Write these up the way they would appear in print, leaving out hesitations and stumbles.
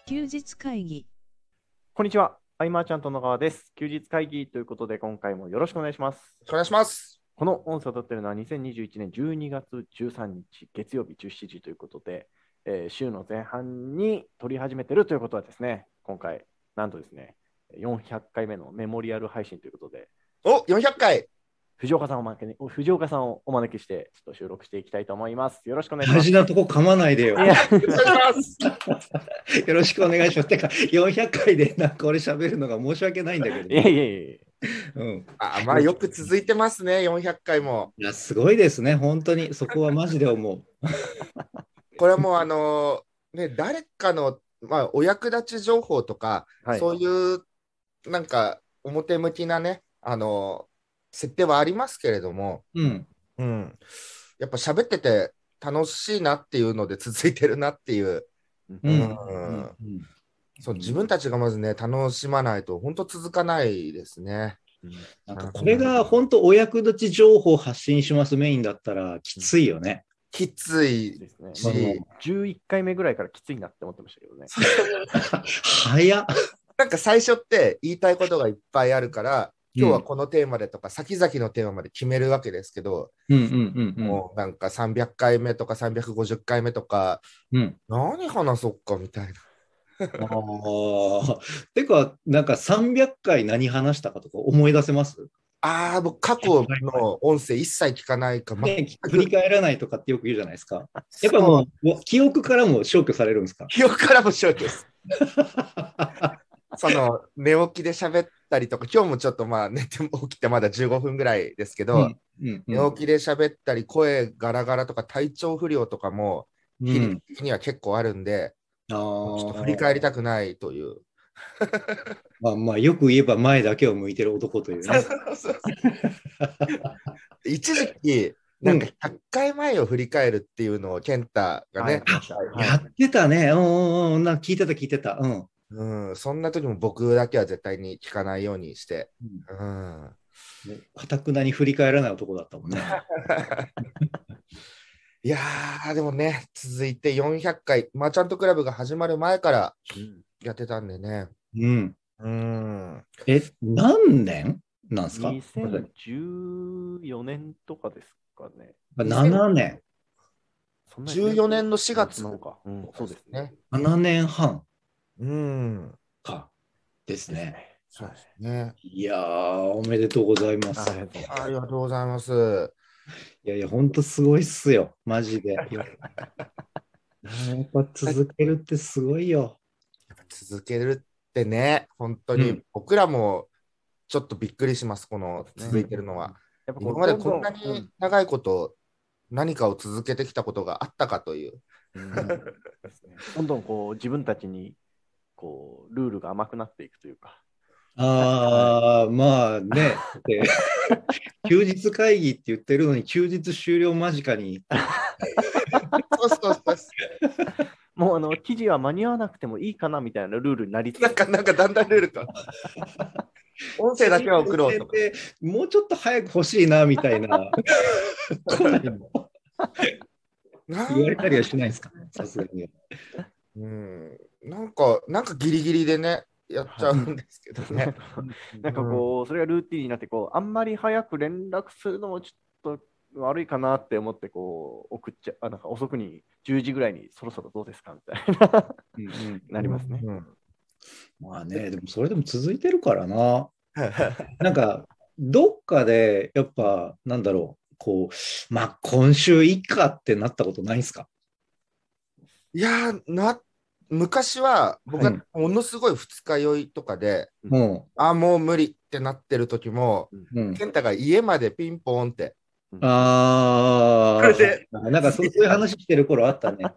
休日会議。 こんにちは。アイマーちゃんと野川です。休日会議ということで、今回もよろしくお願いします。 お願いします。 この音声を撮っているのは2021年12月13日月曜日17時ということで、週の前半に撮り始めているということはですね、今回、なんとですね、400回目のメモリアル配信ということで、 お、400回。 藤岡さんをお招きして、ちょっと収録していきたいと思います。よろしくお願いします。 大事なとこ噛まないでよ。 いやお願いします。 よろしくお願いします。てか、400回でなんか俺喋るのが申し訳ないんだけど。 いやいやいやうん。 まあよく続いてますね、400回も。 いや、すごいですね。本当に。そこはマジで思う。 これはもう誰かの、お役立ち情報とか、 はい、 そういうなんか表向きなね、設定はありますけれども、 うん。 やっぱ喋ってて楽しいなっていうので続いてるなっていう。そう、自分たちがまずね、楽しまないと本当続かないですね。 なんかこれが本当お役立ち情報発信しますメインだったらきついよね。 きついですね。 し、 11回目ぐらいからきついなって思ってましたけどね。 早っ。 なんか最初って言いたいことがいっぱいあるから、今日はこのテーマでとか、先々のテーマまで決めるわけですけど、もうなんか300回目とか350回目とか、何話そうかみたいな。 てか、なんか300回何話したかとか思い出せます？ 僕過去の音声一切聞かないか、 ね、振り返らないとかってよく言うじゃないですか。やっぱもう記憶からも消去されるんですか？ 記憶からも消去です。その寝起きで喋ったりとか、今日もちょっと寝て起きてまだ15分ぐらいですけど、寝起きで喋ったり、声ガラガラとか体調不良とかも、日々的には結構あるんで、ちょっと振り返りたくないという。 よく言えば前だけを向いてる男というね。 一時期、なんか100回前を振り返るっていうのを健太がね、 やってたね。聞いてた。 そんな時も僕だけは絶対に聞かないようにして。 かたくなに振り返らない男だったもんね。 いやー、でもね、続いて400回、マーチャントクラブが始まる前からやってたんでね。 何年なんですか？ 2014年とかですかね。 7年。 14年の4月のか。そうですね。 7年半。 か。 ですね。 そうですね。 いやー、おめでとうございます。 ありがとうございます。 いや、ほんとすごいっすよ。マジで。やっぱ続けるってすごいよ。 やっぱ続けるってね、本当に僕らもちょっとびっくりします、この続いてるのは。今までこんなに長いこと何かを続けてきたことがあったかという。 どんどんこう自分たちにこうルールが甘くなっていくというか。 まあね。休日会議って言ってるのに休日終了間近に。 そうもう記事は間に合わなくてもいいかなみたいなルールになりつつ。 なんかだんだんルールか。音声だけは送ろうとか。 もうちょっと早く欲しいなみたいな。言われたりはしないですか？さすがに。 なんかギリギリでね、やっちゃうんですけどね。 なんかこう、それがルーティンになってこう、あんまり早く連絡するのもちょっと悪いかなって思ってこう送っちゃなんか遅くに10時ぐらいにそろそろどうですかみたいななりますね。 まあね、でもそれでも続いてるからな。なんかどっかでやっぱなんだろう、こう今週いいかってなったことないですか？ いや昔は僕はものすごい二日酔いとかで、もう無理ってなってる時も、健太が家までピンポンって。 なんかそういう話してる頃あったね。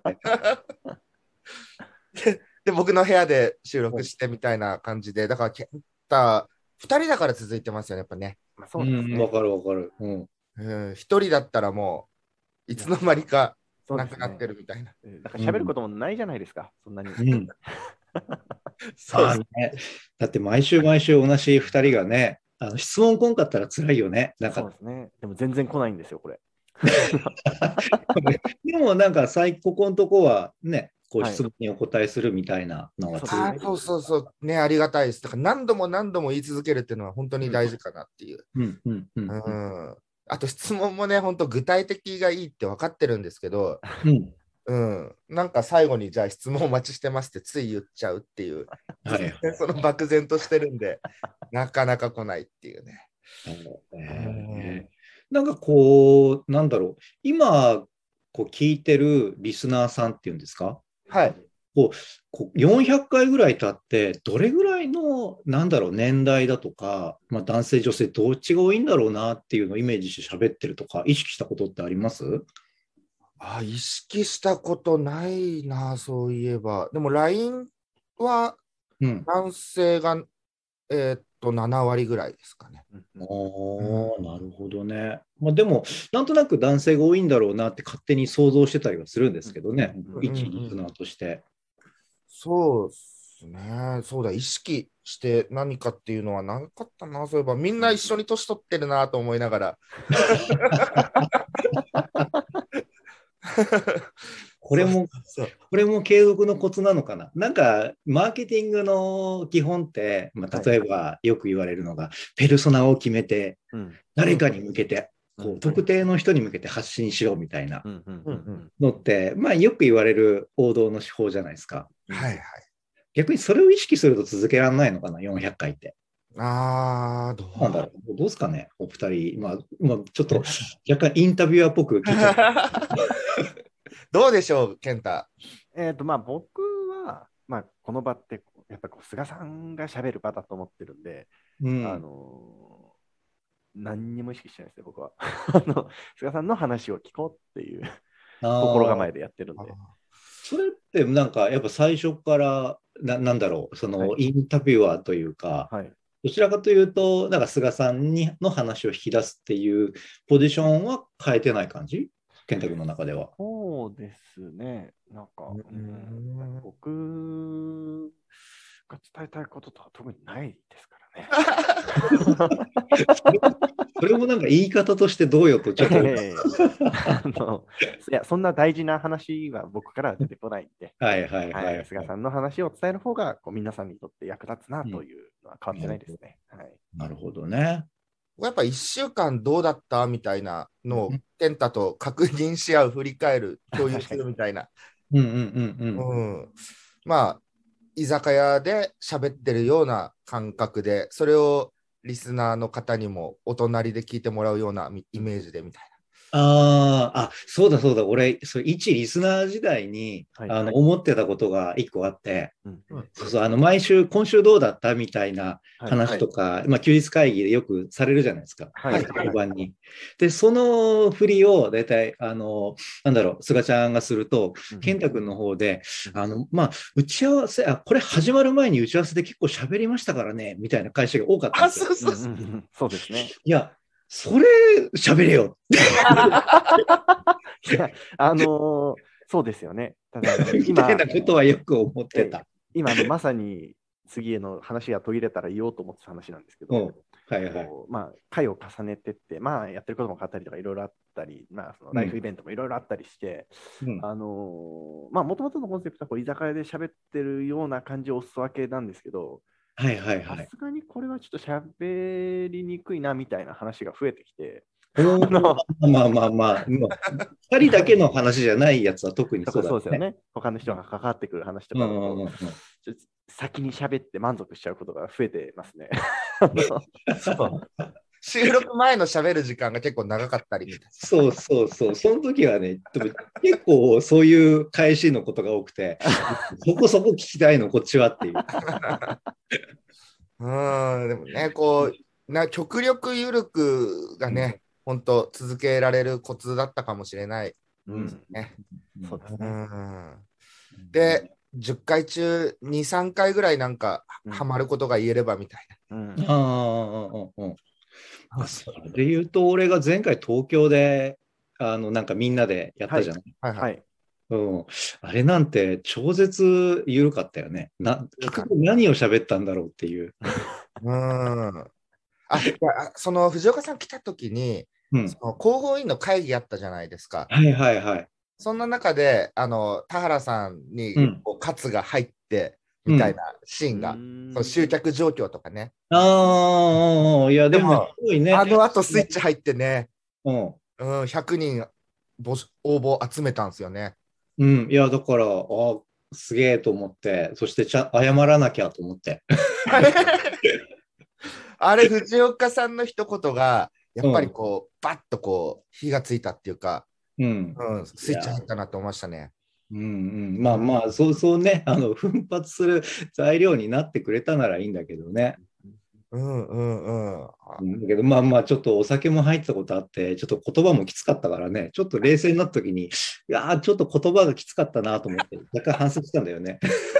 で、僕の部屋で収録してみたいな感じで、だから健太、2人だから続いてますよね、やっぱね。 そうですね。 わかるわかる。 1人だったらもう、いつの間にかなくなってるみたいな。 なんか喋ることもないじゃないですか、そんなに。 そうね。だって毎週同じ2人がね、質問来んかったら辛いよね。 そうですね。でも全然来ないんですよ、これ。 でもなんかここのとこはね、 こう質問にお答えするみたいなのが続いてる。 そうそうそう、ね、ありがたいです。だから何度も何度も言い続けるっていうのは本当に大事かなっていう。あと質問もね、本当具体的がいいって分かってるんですけど、なんか最後にじゃあ質問お待ちしてますってつい言っちゃうっていう、その漠然としてるんで、なかなか来ないっていうね。 なんかこう、なんだろう、今こう聞いてるリスナーさんっていうんですか、 はい。 こう400回ぐらい経って、どれぐらいの、なんだろう、年代だとか、まあ、男性、女性、どっちが多いんだろうなっていうのをイメージして喋ってるとか、意識したことってあります？ 意識したことないな、そういえば。でも LINE は男性が、7割ぐらいですかね。 なるほどね。まあ、でも、なんとなく男性が多いんだろうなって勝手に想像してたりはするんですけどね、一リスナーとして。 そうですね。そうだ、意識して何かっていうのはなかったな。そういえば、みんな一緒に年取ってるなと思いながら。 これも継続のコツなのかな。なんか、マーケティングの基本って、まあ、例えばよく言われるのが、ペルソナを決めて、誰かに向けて、こう特定の人に向けて発信しようみたいなのって、まあ、よく言われる王道の手法じゃないですか。 はいはい。 逆にそれを意識すると続けられないのかな、400回って。 どうなんだろう。どうですかね、お二人。まあ、ちょっと若干インタビュアーっぽく聞いちゃった。 どうでしょう、健太。 まあ、僕は、まあ、この場って、やっぱ菅さんが喋る場だと思ってるんで、何にも意識してないですね、僕は。菅さんの話を聞こうっていう心構えでやってるんで。 それってなんかやっぱ最初からなんだろう、そのインタビュアーというか、どちらかというとなんか菅さんの話を引き出すっていうポジションは変えてない感じ？健太君の中では。 そうですね。なんか、僕が伝えたいこととは特にないですからね。 それもなんか言い方としてどうよとちょっといや、そんな大事な話は僕からは出てこないんで、菅さんの話を伝える方が皆さんにとって役立つなというのは変わってないですね。 なるほどね。 やっぱ1週間どうだったみたいなのを健太と確認し合う、振り返る、共有するみたいな。まあ、居酒屋で喋ってるような感覚で、それをリスナーの方にもお隣で聞いてもらうようなイメージでみたいな。 そうだそうだ、俺、一リスナー時代に、思ってたことが一個あって、毎週、今週どうだったみたいな話とか、まあ、休日会議でよくされるじゃないですか、に。で、その振りを大体、なんだろう、菅ちゃんがすると、健太君の方で、まあ、打ち合わせ、これ始まる前に打ち合わせで結構喋りましたからね、みたいな会社が多かったんですよ。 そうですね。 いや、それ喋れよ。 いや、そうですよね。ただ今、みたいなことはよく思ってた。 今まさに次への話が途切れたら言おうと思ってた話なんですけど、まあ、回を重ねてって、まあ、やってることも変わったりとかいろいろあったり、まあ、そのライフイベントもいろいろあったりして、まあ、もともとのコンセプトは居酒屋で喋ってるような感じをおすわけなんですけど、さすがにこれはちょっと喋りにくいなみたいな話が増えてきて。 まあ、2人だけの話じゃないやつは特にそうだね。 そうですよね。他の人が関わってくる話とか先に喋って満足しちゃうことが増えてますね。 収録前の喋る時間が結構長かったりみたいな。 そう。その時はね、結構そういう返しのことが多くて、そこ聞きたいの、こっちはっていう。 でもね、極力緩くがね、本当続けられるコツだったかもしれないですね。で、10回中2、3回ぐらいなんかハマることが言えればみたいな。 それで言うと、俺が前回東京でなんかみんなでやったじゃない。あれなんて超絶緩かったよね。何を喋ったんだろうっていう。 その藤岡さん来た時に、その広報員の会議あったじゃないですか。 そんな中で、田原さんにこう喝が入って、みたいなシーンが、その集客状況とかね。 いや、でも、すごいね。 後スイッチ入ってね、 100 人応募集めたんですよね。 いや、だから、すげえと思って、そして謝らなきゃと思って。 あれ、藤岡さんの一言が、やっぱりこう、バッとこう、火がついたっていうか、スイッチ入ったなと思いましたね。 まあ、そうね、奮発する材料になってくれたならいいんだけどね。だけど、まあ、ちょっとお酒も入ってたことあって、ちょっと言葉もきつかったからね、ちょっと冷静になった時に、いやちょっと言葉がきつかったなと思って、若干反省したんだよね。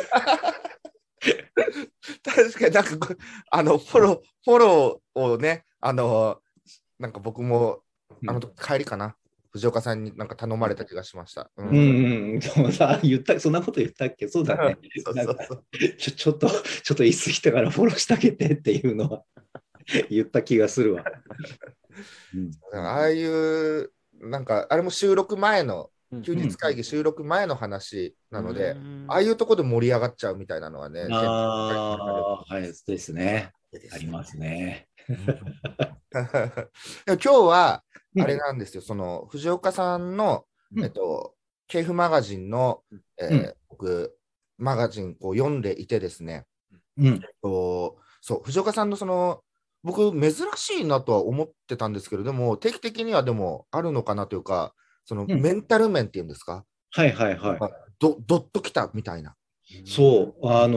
確かになんかフォローをね、なんか僕も、帰りかな。藤岡さんになんか頼まれた気がしました。 そうさ、そんなこと言ったっけ？そうだね。ちょっと言い過ぎたからフォローしてあげてっていうのは言った気がするわ。 ああいう、なんか、あれも収録前の、休日会議収録前の話なので、ああいうところで盛り上がっちゃうみたいなのはね。 はいですね。ありますね。 今日は、あれなんですよ、その藤岡さんの、系譜マガジンの、僕、マガジンを読んでいてですね、そう、藤岡さんのその、僕、珍しいなとは思ってたんですけど、でも、定期的にはでもあるのかなというか、そのメンタル面っていうんですか、 ドッときたみたいな。 そう、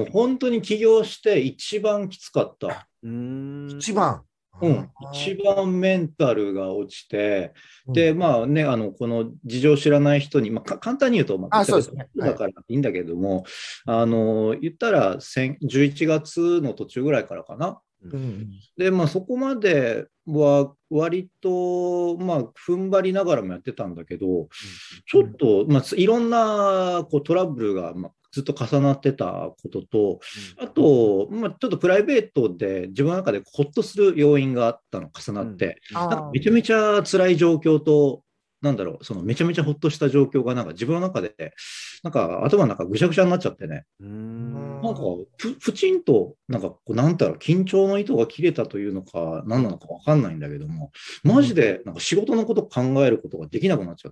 本当に起業して一番きつかった。 一番メンタルが落ちて、で、まあね、この事情を知らない人に、簡単に言うと、 そうですね。 だからいいんだけども、言ったら11月の途中ぐらいからかな。で、そこまでは割と、踏ん張りながらもやってたんだけど、ちょっと、いろんなトラブルが、ずっと重なってたことと、あと、ちょっとプライベートで自分の中でほっとする要因があったの重なって、なんかめちゃめちゃ辛い状況と、そのめちゃめちゃほっとした状況がなんか自分の中で、なんか頭の中ぐちゃぐちゃになっちゃってね。なんかプチンと、なんか緊張の糸が切れたというのか、何なのか分かんないんだけども、マジでなんか仕事のこと考えることができなくなっちゃって。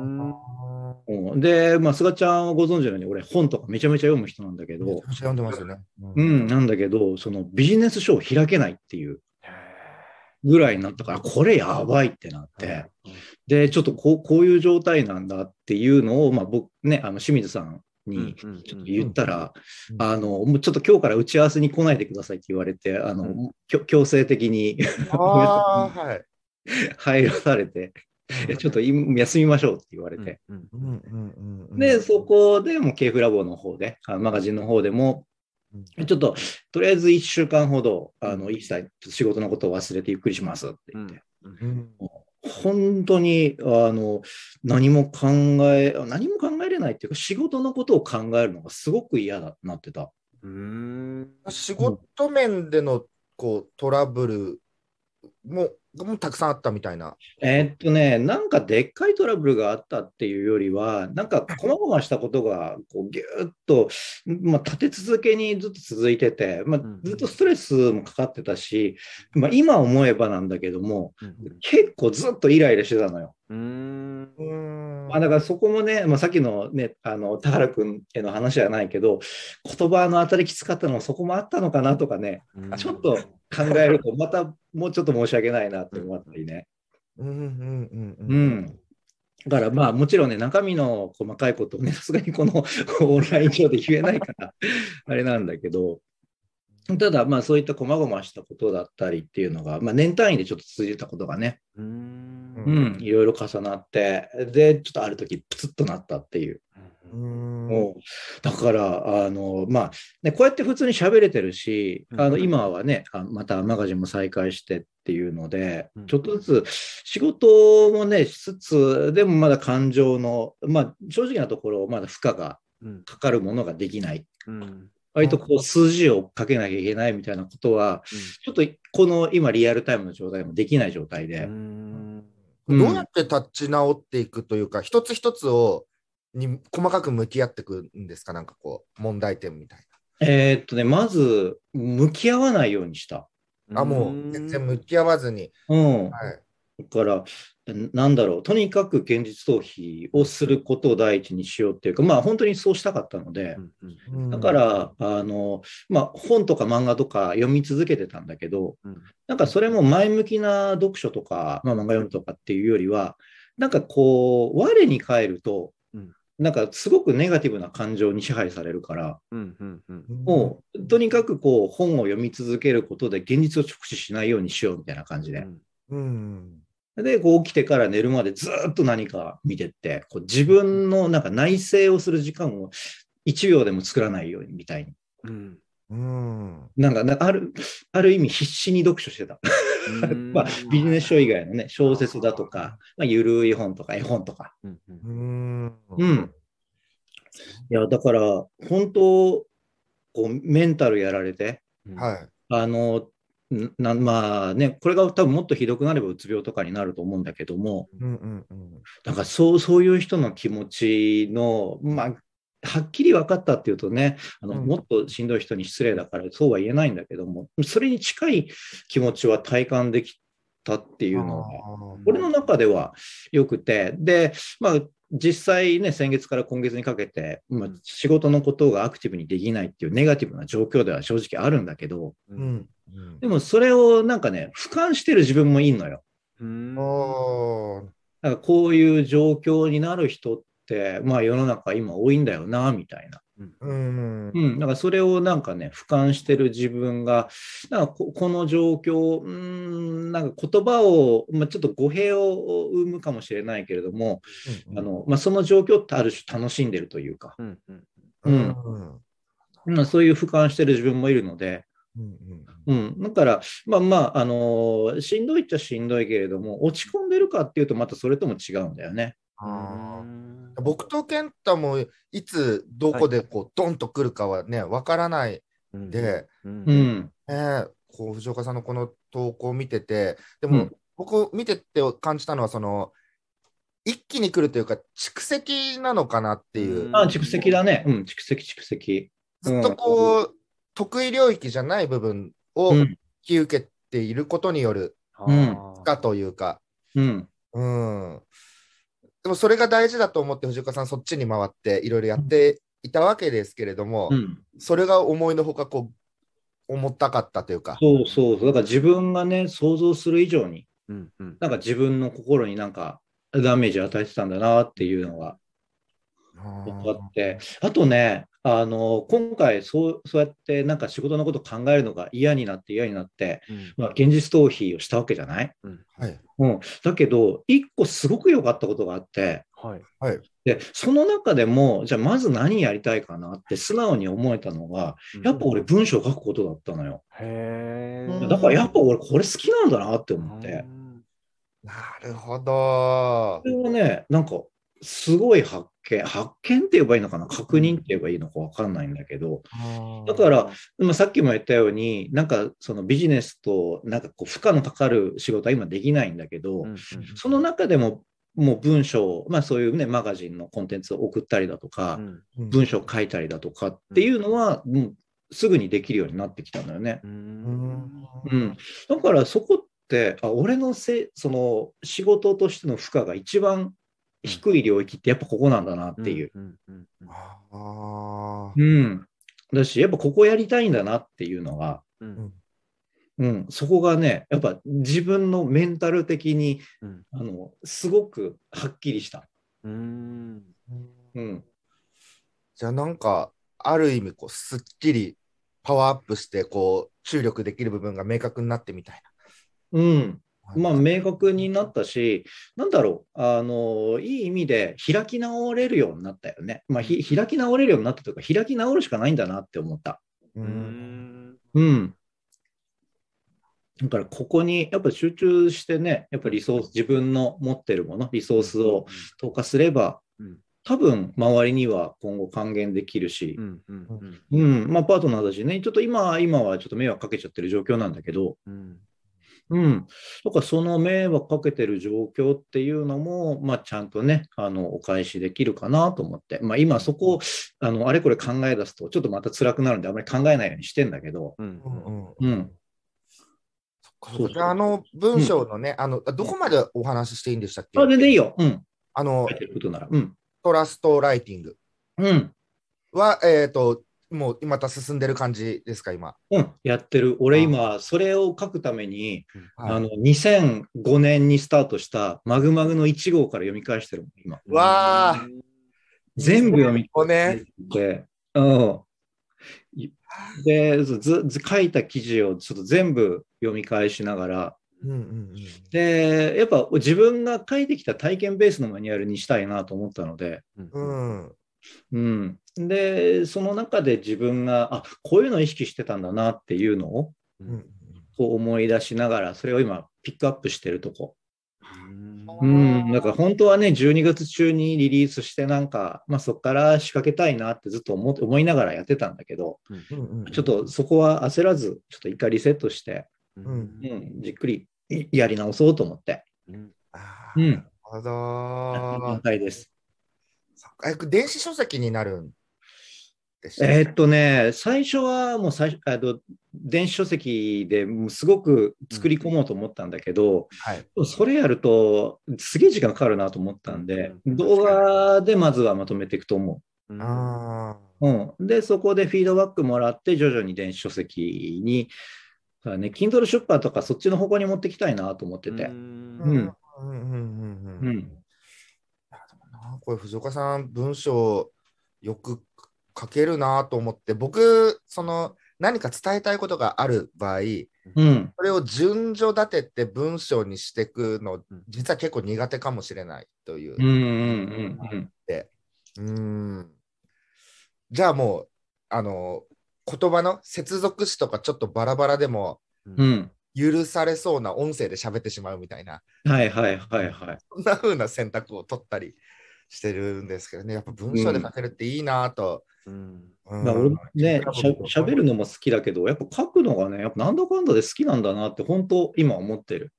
で、菅ちゃんはご存知のように、俺本とかめちゃめちゃ読む人なんだけど、 読んでますよね。 なんだけど、そのビジネス書を開けないっていうぐらいになったから、これやばいってなって、で、ちょっとこういう状態なんだっていうのを、僕ね、清水さんにちょっと言ったら、もうちょっと今日から打ち合わせに来ないでくださいって言われて、強制的に入らされて、ちょっと休みましょうって言われて。で、そこでも系譜ラボの方で、マガジンの方でも、ちょっと、とりあえず1週間ほど、一切仕事のことを忘れてゆっくりしますって言って。本当に何も考えれないっていうか、仕事のことを考えるのがすごく嫌だなってた。 仕事面でのトラブルもたくさんあったみたいな。 なんかでっかいトラブルがあったっていうよりは、なんか細々したことがぎゅっと、立て続けにずっと続いてて、ずっとストレスもかかってたし、今思えばなんだけども、結構ずっとイライラしてたのよ。だからそこもね、さっきのね、田原君への話じゃないけど、言葉の当たりきつかったのもそこもあったのかなとかね、ちょっと考えると、またもうちょっと申し訳ないなって思ったりね。だからもちろんね、中身の細かいことをね、さすがにこのオンライン上で言えないから、あれなんだけど、ただそういった細々したことだったりっていうのが、年単位でちょっと続いてたことがね、いろいろ重なって、で、ちょっとある時プツッとなったっていう。だからこうやって普通に喋れてるし、今はねまたマガジンも再開してっていうので、ちょっとずつ仕事もねしつつ、でもまだ感情の正直なところまだ負荷がかかるものができない、割と数字をかけなきゃいけないみたいなことは、ちょっとこの今リアルタイムの状態もできない状態で。 どうやって立ち直っていくというか、一つ一つに細かく向き合っていくんですか、なんかこう、問題点みたいまず、向き合わないようにした。 な。もう全然向き合わずに。 はい。だから、なんだろう、とにかく現実逃避をすることを第一にしようっていうか、本当にそうしたかったので、だから、本とか漫画とか読み続けてたんだけど、なんかそれも前向きな読書とか、漫画読むとかっていうよりは、なんかこう、我に返ると、なんかすごくネガティブな感情に支配されるから、もうとにかくこう本を読み続けることで現実を直視しないようにしようみたいな感じで。で、こう起きてから寝るまでずっと何か見てって、こう自分のなんか内省をする時間を1秒でも作らないようにみたいに。なんかある意味必死に読書してた。ビジネス書以外のね、小説だとか、ゆるい本とか絵本とか。いや、だから、本当、こう、メンタルやられて、これが多分もっとひどくなればうつ病とかになると思うんだけども、なんかそういう人の気持ちの、はっきり分かったっていうとね、もっとしんどい人に失礼だからそうは言えないんだけども、それに近い気持ちは体感できたっていうのが、俺の中ではよくて、で、実際ね、先月から今月にかけて、仕事のことがアクティブにできないっていうネガティブな状況では正直あるんだけど、でもそれをなんかね、俯瞰してる自分もいいのよ。なんかこういう状況になる人って、世の中今多いんだよな、みたいな。なんかそれをなんかね、俯瞰してる自分が、なんかこの状況、なんか言葉を、ちょっと語弊を生むかもしれないけれども、その状況ってある種楽しんでるというか、そういう俯瞰してる自分もいるので、だから、しんどいっちゃしんどいけれども、落ち込んでるかっていうと、またそれとも違うんだよね。 僕と健太もいつどこでこうドンと来るかはね、わからないで、こう藤岡さんのこの投稿を見てて、でも僕見てて感じたのは一気に来るというか蓄積なのかなっていう。 蓄積だね。蓄積。 ずっとこう、得意領域じゃない部分を引き受けていることによるかというか。でもそれが大事だと思って藤岡さんそっちに回っていろいろやっていたわけですけれども、それが思いのほかこう重たかったというか。 そうだから自分がね想像する以上に、なんか自分の心になんかダメージを与えてたんだなっていうのが分かって、あとね今回そうやってなんか仕事のこと考えるのが嫌になって、現実逃避をしたわけじゃない、だけど一個すごく良かったことがあって、でその中でもじゃあまず何やりたいかなって素直に思えたのが、やっぱ俺文章を書くことだったのよ。だからやっぱ俺これ好きなんだなって思って。 なるほど。 これはね、なんかすごい発見って言えばいいのかな、確認って言えばいいのか分かんないんだけど、だから、さっきも言ったように、なんかそのビジネスとなんかこう負荷のかかる仕事は今できないんだけど、その中でももう文章、そういうね、マガジンのコンテンツを送ったりだとか、文章を書いたりだとかっていうのは、もうすぐにできるようになってきたのよね。だからそこって、俺のその仕事としての負荷が一番低い領域ってやっぱここなんだなっていう。だし、やっぱここやりたいんだなっていうのが、そこがね、やっぱ自分のメンタル的に、すごくはっきりした。 じゃあなんか、ある意味こう、すっきりパワーアップして、こう、注力できる部分が明確になってみたいな。 明確になったし、なんだろう、いい意味で開き直れるようになったよね。開き直れるようになったというか、開き直るしかないんだなって思った。だからここにやっぱ集中してね、やっぱリソース、自分の持ってるもの、リソースを投下すれば、多分周りには今後還元できるし、パートナーだしね、ちょっと今はちょっと迷惑かけちゃってる状況なんだけど、 うん。だからその迷惑かけてる状況っていうのも、まあ、ちゃんとね、お返しできるかなと思って、まあ、今そこを、あれこれ考え出すと、ちょっとまた辛くなるんで、あまり考えないようにしてんだけど、 うんうん。 そうじゃあ、文章のね、どこまでお話ししていいんでしたっけ？ 全然いいよ。うん。 あ書いてることなら。うん。 トラストライティングうん。 は、もうまた進んでる感じですか、今。 うん。やってる。俺今、それを書くために、 はい、 2005年にスタートしたマグマグの1号から読み返してるもん、今。 わあ、 全部読み 2005 返年。 して、うん。で、書いた記事をちょっと全部読み返しながら、で、やっぱ自分が書いてきた体験ベースのマニュアルにしたいなと思ったので、で、その中で自分が、こういうのを意識してたんだなっていうのを、こう思い出しながら、それを今ピックアップしてるとこ。だから本当はね、12月中にリリースして、なんか、まあ、そこから仕掛けたいなってずっと思いながらやってたんだけど、ちょっとそこは焦らず、ちょっと一回リセットして、じっくりやり直そうと思って。 なるほど。 了解です。 電子書籍になるんです最初はもう電子書籍ですごく作り込もうと思ったんだけど、それやるとすげえ時間かかるなと思ったんで、動画でまずはまとめていくと思う。で、そこでフィードバックもらって、徐々に電子書籍に、Kindle 出版とかそっちの方向に持っていきたいなと思ってて。 これ、藤岡さん、文章よく書けるなと思って、僕、何か伝えたいことがある場合、それを順序立てて文章にしていくの、実は結構苦手かもしれないという。じゃあもう、言葉の接続詞とかちょっとバラバラでも、許されそうな音声で喋ってしまうみたいな。そんな風な選択を取ったりしてるんですけどね、やっぱ文章で書けるっていいなと。 俺ね、喋るのも好きだけど、やっぱ書くのがね、やっぱなんだかんだで好きなんだなって、本当、今思ってる。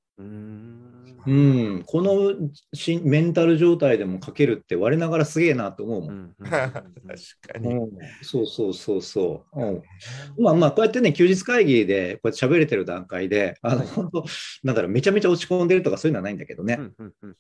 このメンタル状態でも書けるって我ながらすげえなと思うもん。 確かに。 そう。まあ、こうやってね、休日会議でこうやって喋れてる段階で、本当、なんだろう、めちゃめちゃ落ち込んでるとかそういうのはないんだけどね。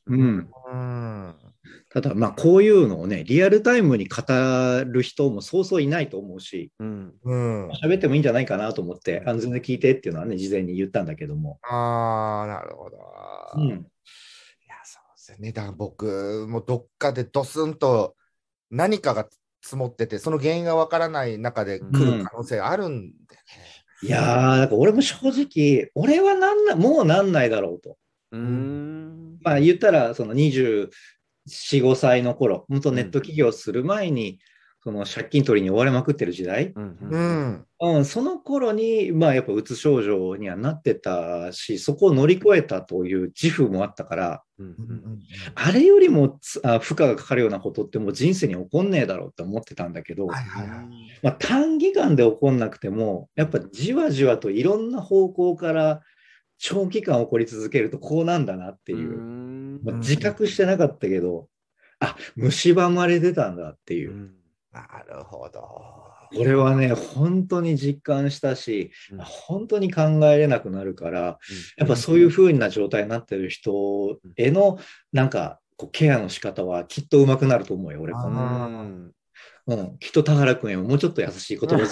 ただ、まあ、こういうのをね、リアルタイムに語る人もそうそういないと思うし、喋ってもいいんじゃないかなと思って、全然聞いてっていうのはね、事前に言ったんだけども。 なるほど。いや、そうですよね。だから僕もどっかでドスンと何かが積もってて、その原因がわからない中で来る可能性あるんでね。 いやー、なんか俺も正直、俺はもうなんないだろうと。まあ言ったら、その24、5歳の頃、本当ネット起業する前に、その借金取りに追われまくってる時代、その頃に、まあやっぱうつ症状にはなってたし、そこを乗り越えたという自負もあったから、あれよりも負荷がかかるようなことってもう人生に起こんねえだろうって思ってたんだけど、まあ、短期間で起こんなくても、やっぱじわじわといろんな方向から長期間起こり続けるとこうなんだなっていう、まあ、自覚してなかったけど、蝕まれてたんだっていう。 なるほど。 これはね、本当に実感したし、本当に考えれなくなるから、やっぱそういう風な状態になってる人への、なんか、ケアの仕方はきっと上手くなると思うよ、俺も。きっと田原君へももうちょっと優しい言葉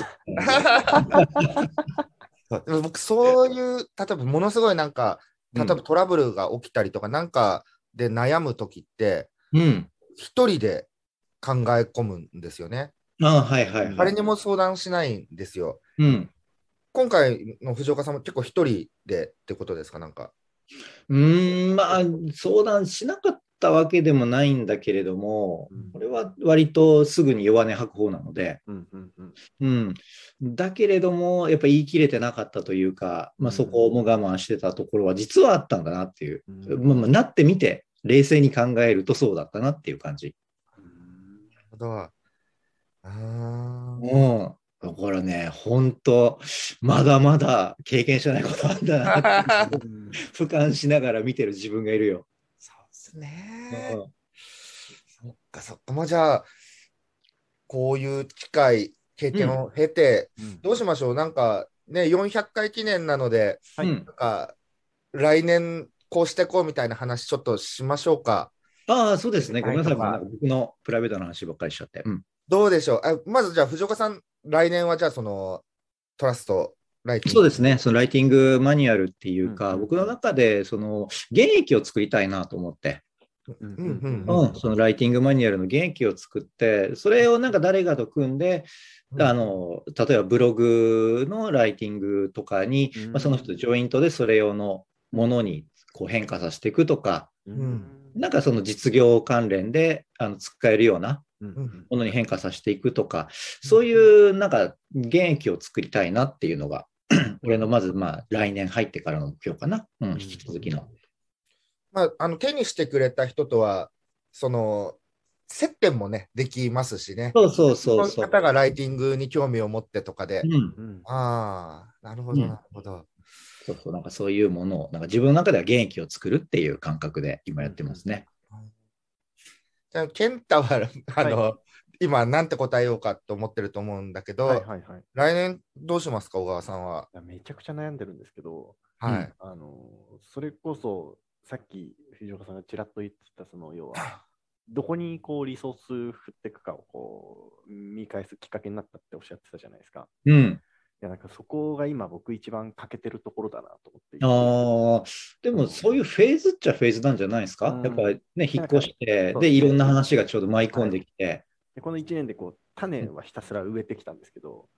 でも僕、そういう、例えばものすごいなんか、例えばトラブルが起きたりとか、なんかで悩むときって、一人で考え込むんですよね。誰にも相談しないんですよ。今回の藤岡さんも結構一人でってことですか、なんか。 まあ、相談しなかったわけでもないんだけれども、これは割とすぐに弱音吐く方なので、だけれども、やっぱ言い切れてなかったというか、まあ、そこも我慢してたところは実はあったんだなっていう、なってみて、冷静に考えるとそうだったなっていう感じ。 なるほど。 だからね、本当まだまだ経験してないことあんだなって俯瞰しながら見てる自分がいるよ。 そうですね。そっかそっか。まあじゃあ、こういう機会、経験を経て、どうしましょう。なんかね、400回記念なので、なんか来年こうしてこうみたいな話ちょっとしましょうか。 ああ、そうですね。ごめんなさい。なんか僕のプライベートな話ばっかりしちゃって。 どうでしょう。まずじゃあ、藤岡さん、来年はじゃあ、そのトラスト、ライティング。 そうですね。そのライティングマニュアルっていうか、僕の中でその原液を作りたいなと思って。そのライティングマニュアルの原液を作って、それをなんか誰かと組んで、例えばブログのライティングとかに、その人ジョイントでそれ用のものにこう変化させていくとか、なんかその実業関連で使えるようなものに変化させていくとか、そういうなんか原液を作りたいなっていうのが、俺のまず来年入ってからの目標かな、引き続きの。 手にしてくれた人とは、その接点もね、できますしね。 そういう方がライティングに興味を持ってとかで。なるほど、なるほど。 なんかそういうものを、なんか自分の中では原液を作るっていう感覚で今やってますね。 じゃあ、健太は、今、なんて答えようかと思ってると思うんだけど、来年どうしますか、小川さんは。 めちゃくちゃ悩んでるんですけど、それこそ、さっき藤岡さんがちらっと言ってた、その要は、どこにこうリソース振っていくかをこう見返すきっかけになったっておっしゃってたじゃないですか。いや、なんかそこが今僕一番欠けてるところだなと思っていて。 でもそういうフェーズっちゃフェーズなんじゃないですか。やっぱりね、引っ越して、で、いろんな話がちょうど舞い込んできて。 でこの1年でこう種はひたすら植えてきたんですけど、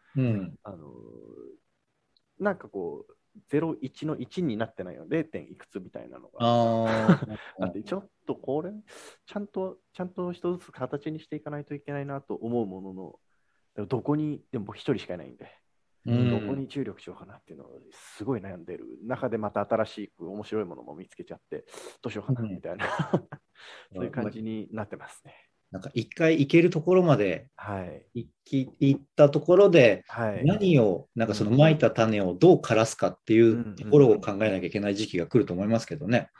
なんかこう、0、1の1になってないの、0. いくつみたいなのが。なんでちょっとこれ、ちゃんと一つずつ形にしていかないといけないなと思うものの、どこに、でも僕一人しかいないんで、どこに注力しようかなっていうのをすごい悩んでる中で、また新しい面白いものも見つけちゃって、どうしようかなみたいな、そういう感じになってますね。 なんか一回行けるところまで行ったところで、何を、なんかその蒔いた種をどう枯らすかっていうところを考えなきゃいけない時期が来ると思いますけどね。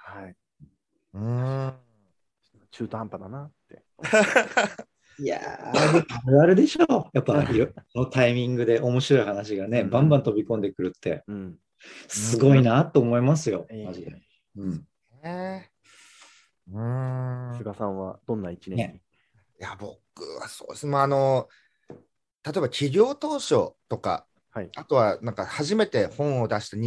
中途半端だなって。 いやー、あれでしょう。やっぱ、そのタイミングで面白い話がね、バンバン飛び込んでくるって、すごいなと思いますよ、マジで。 菅さんはどんな一年に？ いや、僕はそうです。例えば企業当初とか、あとはなんか初めて本を出した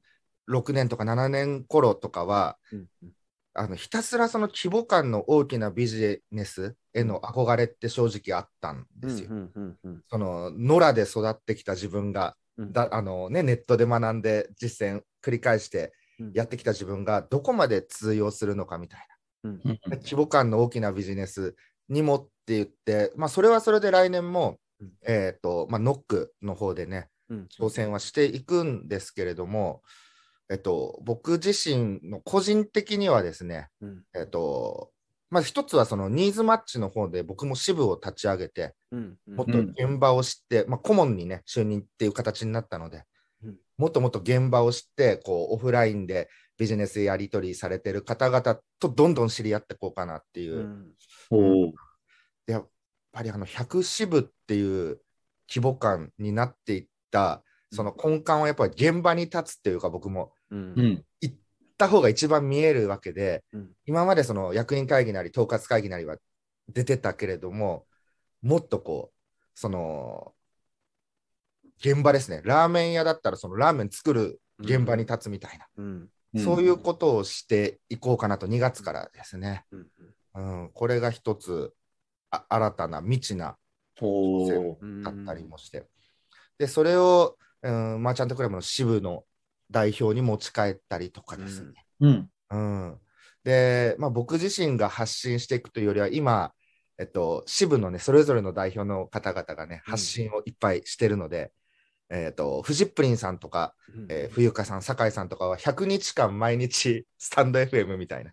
2006年とか7年頃とかは、ひたすらその規模感の大きなビジネスへの憧れって正直あったんですよ。その野良で育ってきた自分が、ネットで学んで実践繰り返してやってきた自分がどこまで通用するのかみたいな、規模感の大きなビジネスにもって言って、それはそれで来年も、ノックの方でね、挑戦はしていくんですけれども、僕自身の個人的にはですね、一つはそのニーズマッチの方で僕も支部を立ち上げて、もっと現場を知って、顧問にね、就任っていう形になったので、もっともっと現場を知って、こうオフラインでビジネスやり取りされてる方々とどんどん知り合っていこうかなっていう。やっぱり100支部っていう規模感になっていったその根幹はやっぱり現場に立つっていうか、僕も行った方が一番見えるわけで、今までその役員会議なり統括会議なりは出てたけれども、もっとこうその現場ですね。ラーメン屋だったらそのラーメン作る現場に立つみたいな、そういうことをしていこうかなと2月からですね。これが一つ新たな未知な挑戦だったりもして、でそれを、マーチャントクラブの支部の代表に持ち帰ったりとかですね。で、僕自身が発信していくというよりは今、支部のねそれぞれの代表の方々がね発信をいっぱいしてるので、フジップリンさんとか、冬香さん、酒井さんとかは100日間毎日スタンド FM みたいな。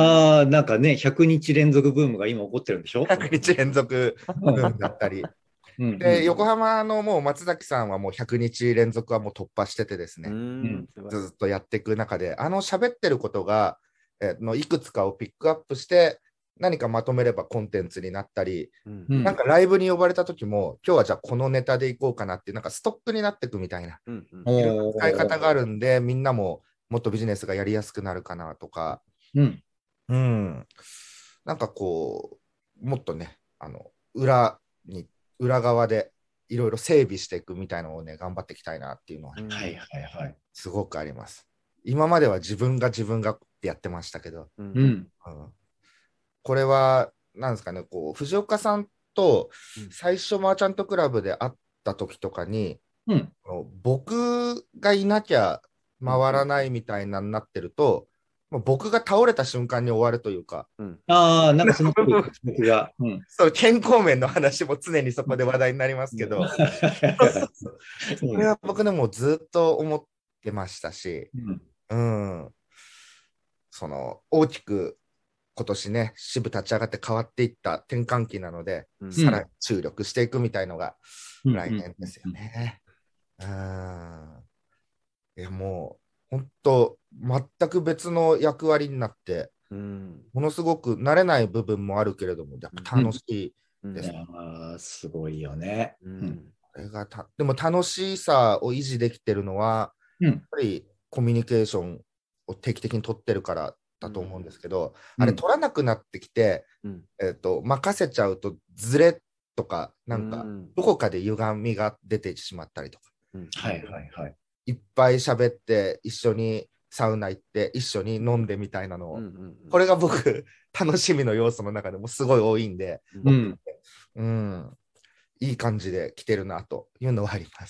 なんかね、100日連続ブームが今起こってるんでしょ？ 100日連続ブームだったり。 で、横浜のもう松崎さんはもう100日連続はもう突破しててですね、ずっとやっていく中で、喋ってることが、いくつかをピックアップして、何かまとめればコンテンツになったり、なんかライブに呼ばれた時も、今日はじゃあこのネタでいこうかなっていう、なんかストックになっていくみたいな、いろんな使い方があるんで、みんなももっとビジネスがやりやすくなるかなとか、なんかこう、もっとね、裏側でいろいろ整備していくみたいなのをね、頑張っていきたいなっていうのは、すごくあります。今までは自分がってやってましたけど、これは、なんですかね、こう、藤岡さんと最初マーチャントクラブで会った時とかに、僕がいなきゃ回らないみたいなになってると、僕が倒れた瞬間に終わるというか、 なんかその僕が、 そう健康面の話も常にそこで話題になりますけど、それは僕でもずっと思ってましたし、その大きく今年ね、支部立ち上がって変わっていった転換期なので、さらに注力していくみたいのが来年ですよね。いやもう本当全く別の役割になって、ものすごく慣れない部分もあるけれども、やっぱ楽しいです。 すごいよね。 でも楽しさを維持できてるのは、やっぱりコミュニケーションを定期的に取ってるからだと思うんですけど、あれ取らなくなってきて、任せちゃうとズレとか、なんかどこかで歪みが出てしまったりとか、いっぱい喋って一緒にサウナ行って一緒に飲んでみたいなのを、これが僕楽しみの要素の中でもすごい多いんで、いい感じで来てるなというのはあります。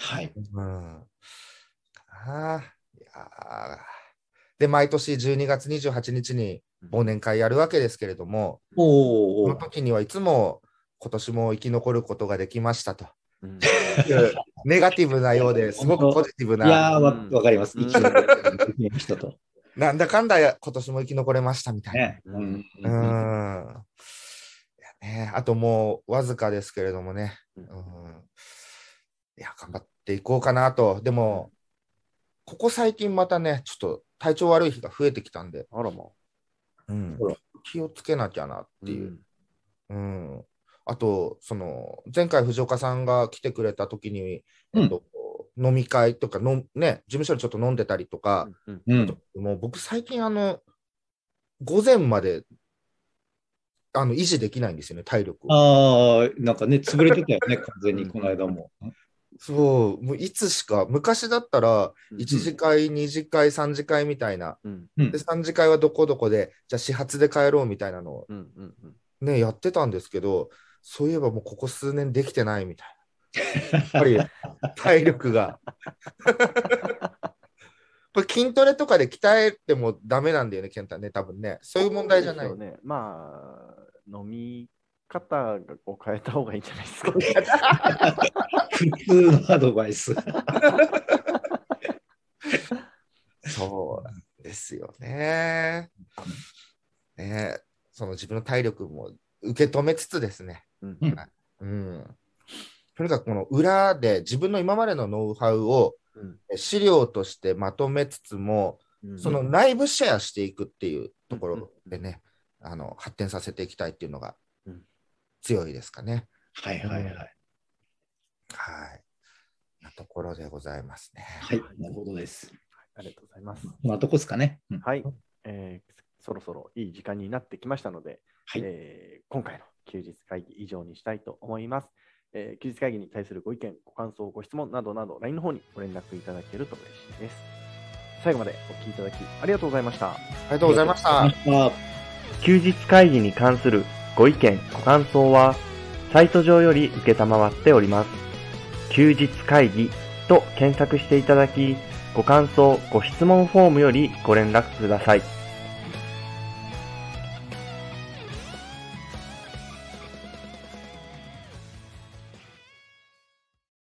で、毎年12月28日に忘年会やるわけですけれども、その時にはいつも今年も生き残ることができましたと。ネガティブなようですごくポジティブな。 いやー、わかります。 なんだかんだ今年も生き残れましたみたいな。あともうわずかですけれどもね。いや、頑張っていこうかなと。でも、ここ最近またね、ちょっと体調悪い日が増えてきたんで、気をつけなきゃなっていう。あと、その前回藤岡さんが来てくれた時に、飲み会とか事務所でちょっと飲んでたりとか、もう僕最近午前まで維持できないんですよね、体力を。なんかね、潰れてたよね、完全にこの間も。 そう、もういつしか、昔だったら、1次会、2次会、3次会みたいな、で、3次会はどこどこで、じゃあ始発で帰ろうみたいなのを、ね、やってたんですけど、そういえばもうここ数年できてないみたいな。やっぱり体力が。これ筋トレとかで鍛えてもダメなんだよね、健太ね、多分ね。そういう問題じゃない。 ね、まあ、飲み方を変えた方がいいんじゃないですか、ね。 普通のアドバイス。 そうですよね。その自分の体力も受け止めつつですね。とにかくこの裏で自分の今までのノウハウを資料としてまとめつつも、その内部シェアしていくっていうところでね、発展させていきたいっていうのが強いですかね。なところでございますね。 なるほどです。 ありがとうございます。 まあ、どこですかね。 そろそろいい時間になってきましたので、今回の休日会議以上にしたいと思います。休日会議に対するご意見、ご感想、ご質問などなど LINE の方にご連絡いただけると嬉しいです。最後までお聞きいただきありがとうございました。 ありがとうございました。 休日会議に関するご意見、ご感想はサイト上より受けたまわっております。休日会議と検索していただき、ご感想、ご質問フォームよりご連絡ください。